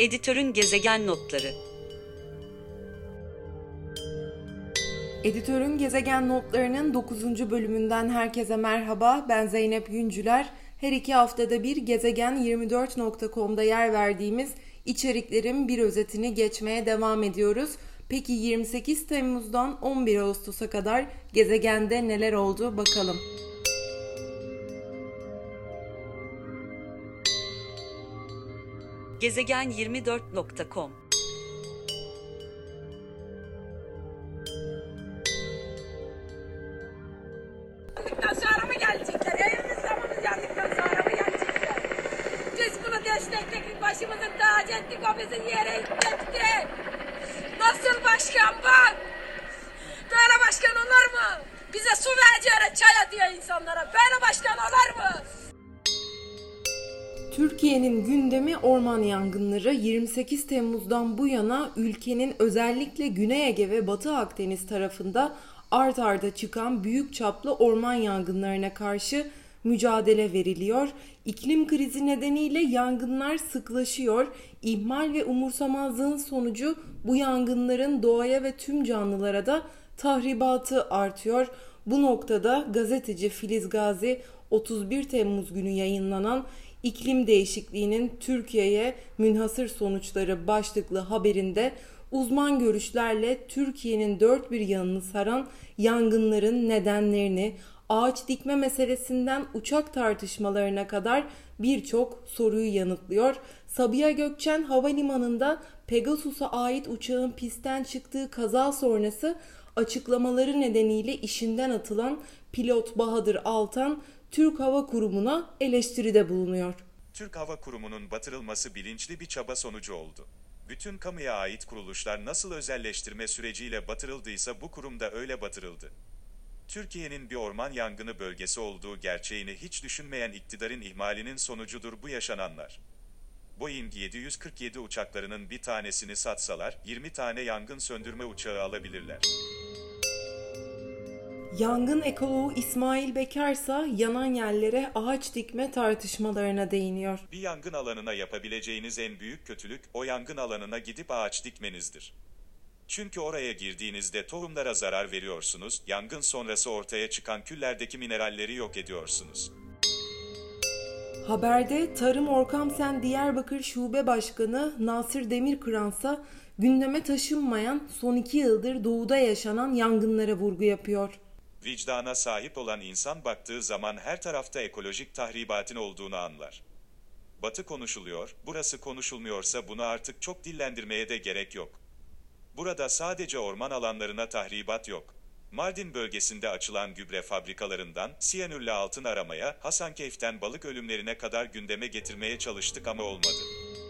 Editörün gezegen notları. Editörün gezegen notlarının 9. bölümünden herkese merhaba. Ben Zeynep Yüncüler. Her iki haftada bir gezegen24.com'da yer verdiğimiz içeriklerin bir özetini geçmeye devam ediyoruz. Peki 28 Temmuz'dan 11 Ağustos'a kadar gezegende neler oldu bakalım. Gezegen24.com. Sonra mı gelecekler? Evimiz zamanımız yandıktan sonra mı gelecekler? Biz bunu destekledik, başımızın tacı ettik, o bizi yere itti. Nasıl başkan bak? Böyle başkan olur mu? Bize su vereceğine çay atıyor insanlara. Böyle başkan olur mu? Türkiye'nin gündemi orman yangınları. 28 Temmuz'dan bu yana ülkenin özellikle Güney Ege ve Batı Akdeniz tarafında art arda çıkan büyük çaplı orman yangınlarına karşı mücadele veriliyor. İklim krizi nedeniyle yangınlar sıklaşıyor. İhmal ve umursamazlığın sonucu bu yangınların doğaya ve tüm canlılara da tahribatı artıyor. Bu noktada gazeteci Filiz Gazi 31 Temmuz günü yayınlanan İklim Değişikliğinin Türkiye'ye Münhasır Sonuçları başlıklı haberinde uzman görüşlerle Türkiye'nin dört bir yanını saran yangınların nedenlerini, ağaç dikme meselesinden uçak tartışmalarına kadar birçok soruyu yanıtlıyor. Sabiha Gökçen Havalimanı'nda Pegasus'a ait uçağın pistten çıktığı kaza sonrası açıklamaları nedeniyle işinden atılan pilot Bahadır Altan, Türk Hava Kurumu'na eleştiride bulunuyor. Türk Hava Kurumu'nun batırılması bilinçli bir çaba sonucu oldu. Bütün kamuya ait kuruluşlar nasıl özelleştirme süreciyle batırıldıysa bu kurum da öyle batırıldı. Türkiye'nin bir orman yangını bölgesi olduğu gerçeğini hiç düşünmeyen iktidarın ihmalinin sonucudur bu yaşananlar. Boeing 747 uçaklarının bir tanesini satsalar 20 tane yangın söndürme uçağı alabilirler. Yangın ekoloğu İsmail Bekarsa yanan yerlere ağaç dikme tartışmalarına değiniyor. Bir yangın alanına yapabileceğiniz en büyük kötülük o yangın alanına gidip ağaç dikmenizdir. Çünkü oraya girdiğinizde tohumlara zarar veriyorsunuz, yangın sonrası ortaya çıkan küllerdeki mineralleri yok ediyorsunuz. Haberde Tarım Orkamsen Diyarbakır Şube Başkanı Nasır Demirkıransa gündeme taşınmayan son 2 yıldır doğuda yaşanan yangınlara vurgu yapıyor. Vicdana sahip olan insan baktığı zaman her tarafta ekolojik tahribatın olduğunu anlar. Batı konuşuluyor, burası konuşulmuyorsa bunu artık çok dillendirmeye de gerek yok. Burada sadece orman alanlarına tahribat yok. Mardin bölgesinde açılan gübre fabrikalarından siyanürlü altın aramaya, Hasankeyf'ten balık ölümlerine kadar gündeme getirmeye çalıştık ama olmadı.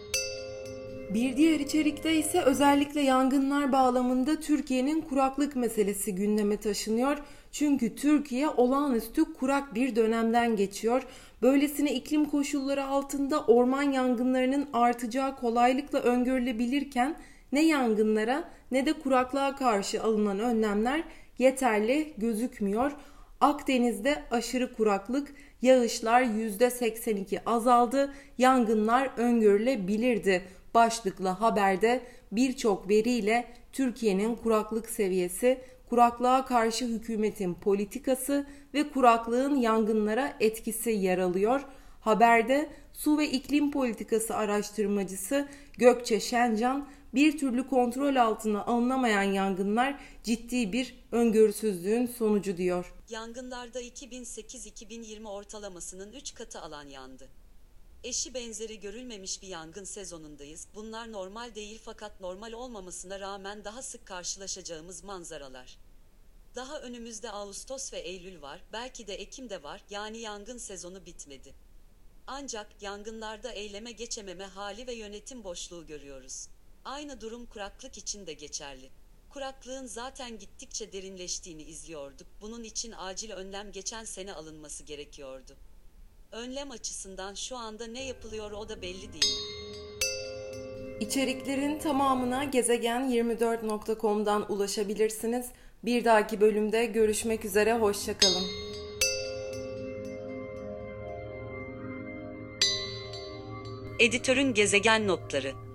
Bir diğer içerikte ise özellikle yangınlar bağlamında Türkiye'nin kuraklık meselesi gündeme taşınıyor. Çünkü Türkiye olağanüstü kurak bir dönemden geçiyor. Böylesine iklim koşulları altında orman yangınlarının artacağı kolaylıkla öngörülebilirken ne yangınlara ne de kuraklığa karşı alınan önlemler yeterli gözükmüyor. Akdeniz'de aşırı kuraklık, yağışlar %82 azaldı, yangınlar öngörülebilirdi başlıklı haberde birçok veriyle Türkiye'nin kuraklık seviyesi, kuraklığa karşı hükümetin politikası ve kuraklığın yangınlara etkisi yer alıyor. Haberde su ve iklim politikası araştırmacısı Gökçe Şencan, bir türlü kontrol altına alınamayan yangınlar ciddi bir öngörüsüzlüğün sonucu diyor. Yangınlarda 2008-2020 ortalamasının 3 katı alan yandı. Eşi benzeri görülmemiş bir yangın sezonundayız. Bunlar normal değil fakat normal olmamasına rağmen daha sık karşılaşacağımız manzaralar. Daha önümüzde Ağustos ve Eylül var, belki de Ekim de var, yani yangın sezonu bitmedi. Ancak yangınlarda eyleme geçememe hali ve yönetim boşluğu görüyoruz. Aynı durum kuraklık için de geçerli. Kuraklığın zaten gittikçe derinleştiğini izliyorduk. Bunun için acil önlem geçen sene alınması gerekiyordu. Önlem açısından şu anda ne yapılıyor o da belli değil. İçeriklerin tamamına gezegen24.com'dan ulaşabilirsiniz. Bir dahaki bölümde görüşmek üzere, hoşça kalın. Editörün gezegen notları.